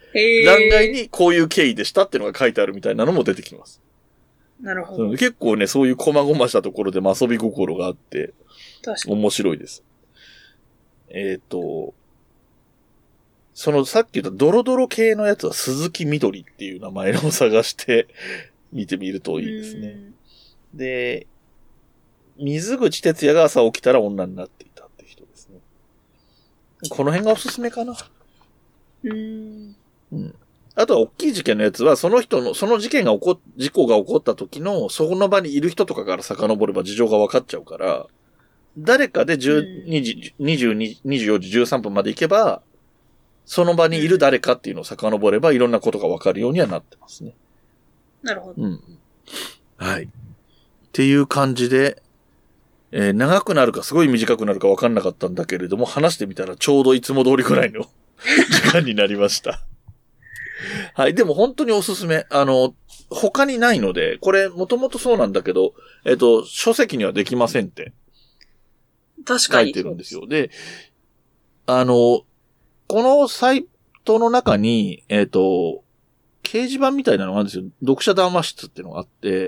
へー欄外にこういう経緯でしたっていうのが書いてあるみたいなのも出てきます。 なるほど。 結構ね、そういう細々したところでも遊び心があって、 確かに。 面白いです。えっと、そのさっき言ったドロドロ系のやつは鈴木みどりっていう名前を探して見てみるといいですね。で、水口哲也が朝起きたら女になっていたって人ですね。この辺がおすすめかな。 うーん。 うん。あとは大きい事件のやつは、その人の、その事件が起こ、事故が起こった時の、その場にいる人とかから遡れば事情が分かっちゃうから、誰かでじゅうにじ、にじゅうに、にじゅうよじじゅうさんぷんまで行けば、その場にいる誰かっていうのを遡れば、いろんなことが分かるようにはなってますね。 なるほど。 うん。はい。っていう感じで、えー、長くなるかすごい短くなるか分かんなかったんだけれども、話してみたらちょうどいつも通りくらいの時間になりました。はい。でも本当におすすめ。あの、他にないので、これもともとそうなんだけど、えっと、書籍にはできませんって確かに。 書いてるんですよ。で、あの、このサイトの中に、えっと、掲示板みたいなのがあるんですよ。読者談話室っていうのがあって、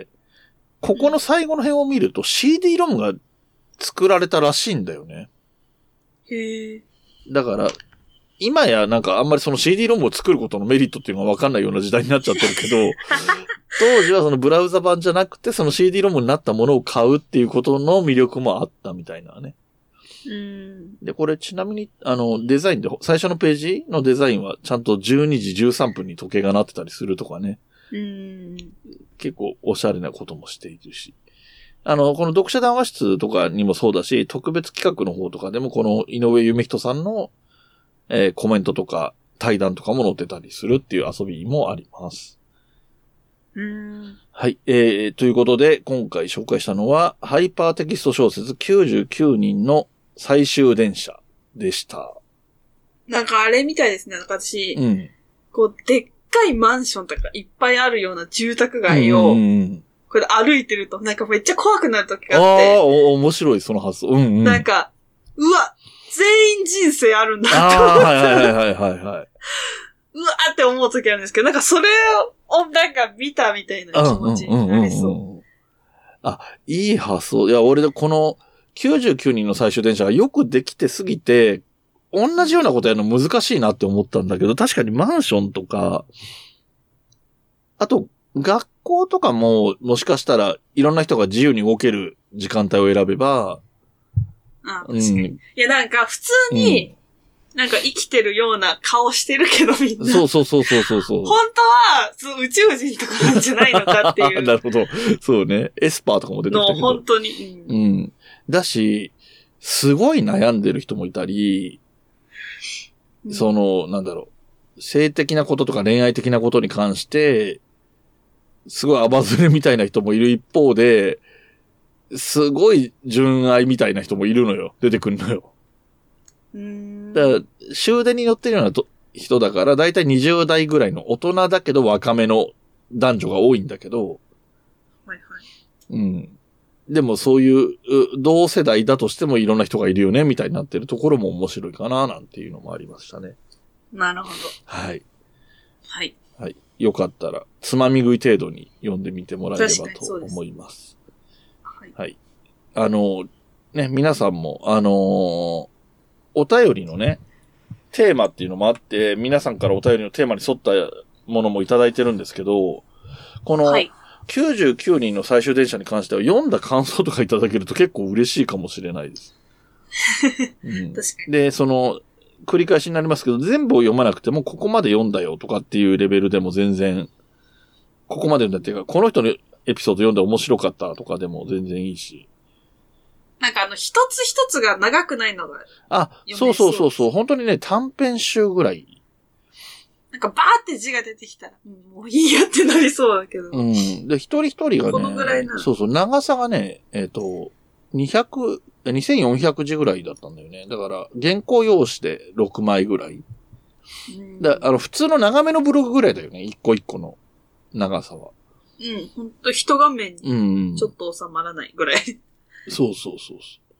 ここの最後の辺を見ると シーディー ロムが作られたらしいんだよね。 へえ。 だから、今やなんかあんまりその シーディー ロムを作ることのメリットっていうのがわかんないような時代になっちゃってるけど、当時はそのブラウザ版じゃなくてその シーディー ロムになったものを買うっていうことの魅力もあったみたいなね。 うん。 で、これちなみにあのデザインで最初のページのデザインはちゃんとじゅうにじじゅうさんぷんに時計が鳴ってたりするとかね。 うん。 結構おしゃれなこともしているし。あの、この読者談話室とかにもそうだし、特別企画の方とかでもこの井上夢人さんのえー、コメントとか対談とかも載ってたりするっていう遊びもあります。 うーん。 はい。えー、ということで、今回紹介したのは、ハイパーテキスト小説きゅうじゅうきゅうにんの最終電車でした。 なんかあれみたいですね。なんか私、 うん。 こう、でっかいマンションとかいっぱいあるような住宅街を、 うんこれ歩いてると、なんかめっちゃ怖くなる時があっあて。 あ、お、面白い、その発想。うんうん。 なんか、うわ、全員人生あるんだって思って。 ああ、はいはいはいはいはい。 うわって思う時あるんですけど、なんかそれをなんか見たみたいな気持ちになりそう。 あ、いい発想。いや、俺でこのきゅうじゅうきゅうにんの最終電車がよくできてすぎて、同じようなことやるの難しいなって思ったんだけど、確かにマンションとか、あと、学校とかも、もしかしたらいろんな人が自由に動ける時間帯を選べば、 あ、確かに。うん、いや、なんか普通に、なんか生きてるような顔してるけどみんな。 そうそうそうそうそうそう。 本当は、そう宇宙人とかなんじゃないのかっていう。 なるほど。そうね。エスパーとかも出てきたけど。 の、本当に、 うん。うん。だし、すごい悩んでる人もいたり、うん、その、なんだろう。性的なこととか恋愛的なことに関して、すごいアバズレみたいな人もいる一方で、すごい純愛みたいな人もいるのよ。出てくるのよ。 うーんだから、終電に乗ってるような人だから、だいたいにじゅう代ぐらいの大人だけど若めの男女が多いんだけど、 はいはい。 うん。でもそういう同世代だとしてもいろんな人がいるよね、みたいになってるところも面白いかな、なんていうのもありましたね。 なるほど。 はい。 はい。 はい。よかったら、つまみ食い程度に読んでみてもらえればと思います。 はい。 はい。あの、ね、皆さんも、あのー、お便りのね、テーマっていうのもあって、皆さんからお便りのテーマに沿ったものもいただいてるんですけど、この、きゅうじゅうきゅうにんの最終電車に関しては読んだ感想とかいただけると結構嬉しいかもしれないです。うん、 確かに。 で、その、繰り返しになりますけど、全部を読まなくても、ここまで読んだよとかっていうレベルでも全然、ここまで読んだっていうか、この人のエピソード読んで面白かったとかでも全然いいし。 なんかあの、一つ一つが長くないのが。 あ、そうそうそうそう。本当にね、短編集ぐらい。 なんかバーって字が出てきたら、もういいやってなりそうだけど。 うん。で、一人一人がね、 このぐらいなの。 そうそう、長さがね、えっと、にひゃく、にせんよんひゃくじぐらいだったんだよね。だから、原稿用紙でろくまいぐらい。うん、だあの、普通の長めのブログぐらいだよね。一個一個の長さは。 うん、ほんと一画面にちょっと収まらないぐらい。 うん、そうそうそうそう。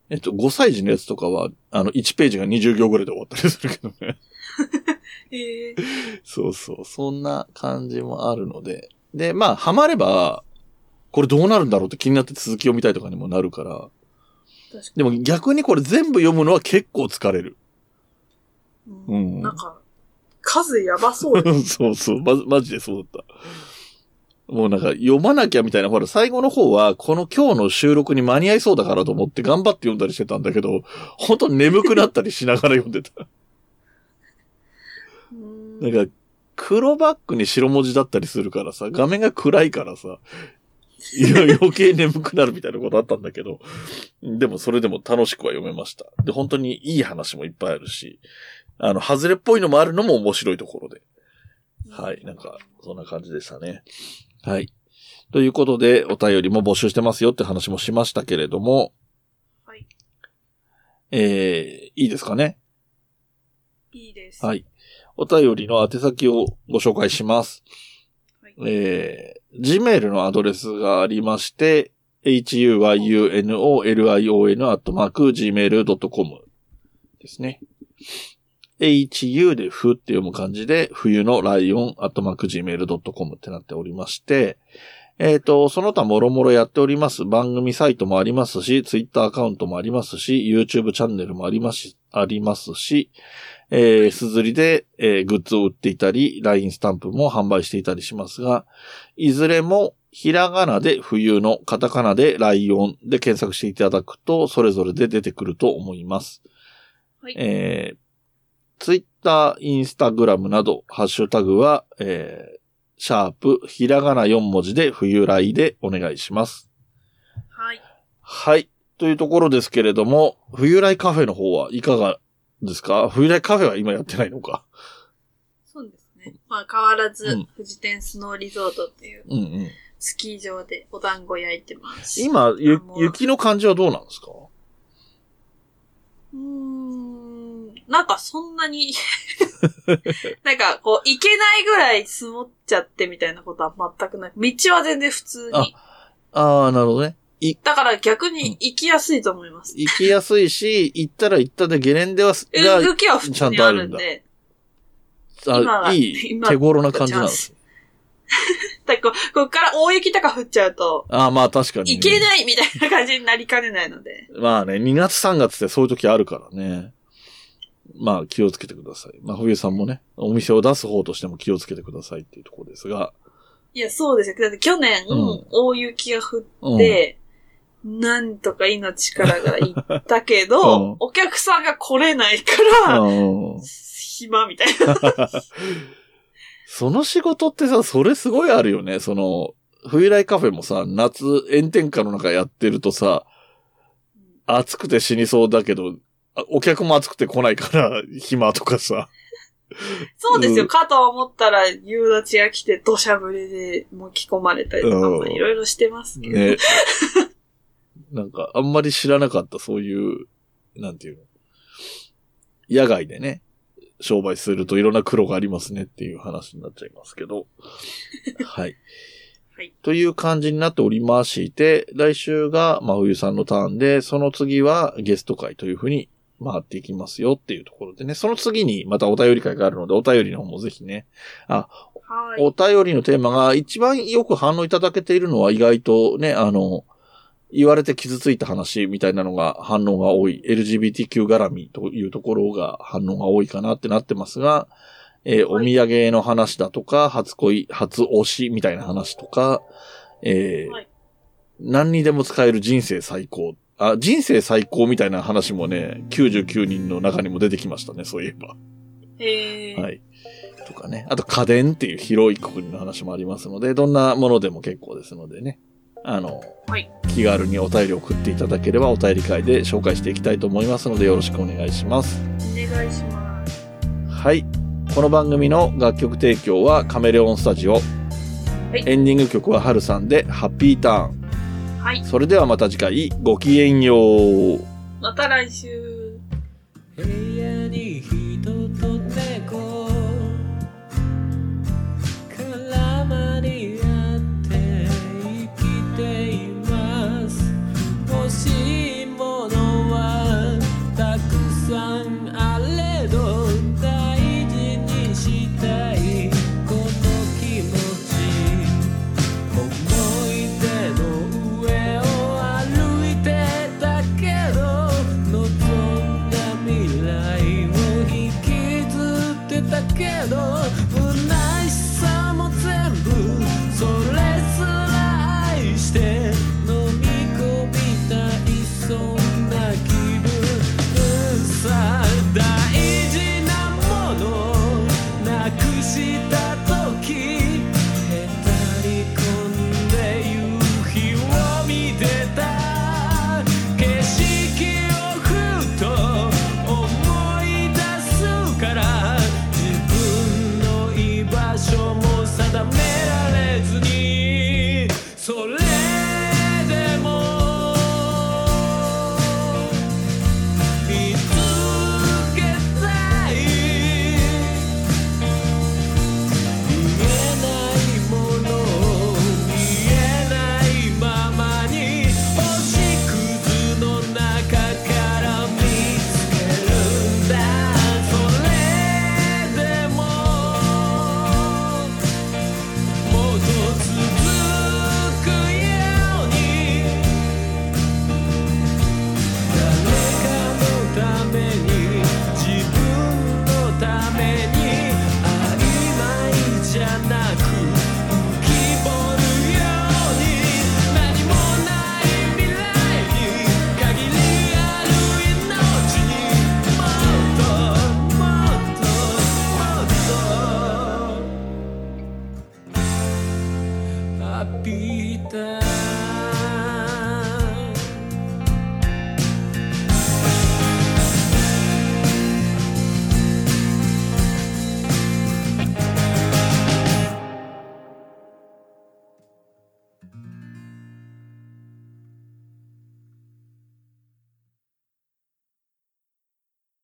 えっと、ごさい児のやつとかは、あの、いちページがにじゅう行ぐらいで終わったりするけどね。 えー、 そうそう。そんな感じもあるので。で、まあ、ハマれば、これどうなるんだろうって気になって続き読みたいとかにもなるから。 確かに。 でも逆にこれ全部読むのは結構疲れる。 うん。うん、なんか、数やばそうです。 そうそう。ま、マジでそうだった。もうなんか読まなきゃみたいな、ほら最後の方はこの今日の収録に間に合いそうだからと思って頑張って読んだりしてたんだけど、本当に眠くなったりしながら読んでた。なんか黒バックに白文字だったりするからさ、画面が暗いからさ、余計眠くなるみたいなことあったんだけど、でもそれでも楽しくは読めました。で、本当にいい話もいっぱいあるし、あの、外れっぽいのもあるのも面白いところで。はい、なんか、そんな感じでしたね。はい。ということで、お便りも募集してますよって話もしましたけれども。はい。えー、いいですかね？ いいです。 はい。お便りの宛先をご紹介します。はい、えー、Gmail のアドレスがありまして、エイチユーワイユーエヌオーエルアイオーエヌ アットマーク ジーメール ドットコム ですね。エイチユー でふって読む感じで、冬のライオンアットマーク ジーメール ドットコム ってなっておりまして、えっと、その他もろもろやっております番組サイトもありますし、Twitter アカウントもありますし、YouTube チャンネルもありますし、ありますし、えー、すずりで、えー、グッズを売っていたり、ライン スタンプも販売していたりしますが、いずれもひらがなで冬の、カタカナでライオンで検索していただくと、それぞれで出てくると思います。はい。えー、Twitter、Instagram など、ハッシュタグは、えー、シャープ、ひらがなよん文字で冬来でお願いします。 はい。 はい。というところですけれども、冬来カフェの方はいかがですか？冬来カフェは今やってないのか。 そうですね。まあ変わらず、うん、富士天スノーリゾートっていう、うんうん、スキー場でお団子焼いてます。 今、ゆ雪の感じはどうなんですか？ うーん、なんかそんなに、なんかこう、行けないぐらい積もっちゃってみたいなことは全くない。道は全然普通に。 ああ、なるほどね。 だから逆に行きやすいと思います。 行きやすいし、行ったら行ったでゲレンデは、 動きは普通にあるんで。 あ、いい、手頃な感じなんです。 だからここっから大雪とか降っちゃうと。 ああ、まあ確かに、ね。 行けないみたいな感じになりかねないので。 まあね、にがつさんがつってそういう時あるからね。まあ気をつけてください。まあ冬さんもね、お店を出す方としても気をつけてくださいっていうところですが。 いや、そうですよ。だって去年、うん、大雪が降って、うん、なんとか命からがら行ったけど、うん、お客さんが来れないから、うん、暇みたいな。 その仕事ってさ、それすごいあるよね。その、冬来カフェもさ、夏炎天下の中やってるとさ、暑くて死にそうだけど、お客も暑くて来ないから暇とかさ。 そうですよ、うん、かと思ったら夕立が来て土砂降りで巻き込まれたりとか、うん、いろいろしてますけど。ね、 なんかあんまり知らなかったそういう、なんていうの。野外でね、商売するといろんな苦労がありますねっていう話になっちゃいますけど。はい。はい。という感じになっておりまして、来週が真冬さんのターンで、その次はゲスト会というふうに回っていきますよっていうところでね、その次にまたお便り会があるので、お便りの方もぜひね、あ、はい、お便りのテーマが一番よく反応いただけているのは意外とね、あの、言われて傷ついた話みたいなのが反応が多い、エルジービーティーキュー 絡みというところが反応が多いかなってなってますが、えーはい、お土産の話だとか、初恋、初推しみたいな話とか、えーはい、何にでも使える人生最高。あ、人生最高みたいな話もね、きゅうじゅうきゅうにんの中にも出てきましたね、そういえば。 へー。 はい。とかね。あと家電っていう広いくくりの話もありますので、どんなものでも結構ですのでね。あの、はい、気軽にお便りを送っていただければお便り会で紹介していきたいと思いますのでよろしくお願いします。 お願いします。 はい。この番組の楽曲提供はカメレオンスタジオ。はい、エンディング曲はハルさんでハッピーターン。はい。それではまた次回ごきげんよう。 また来週。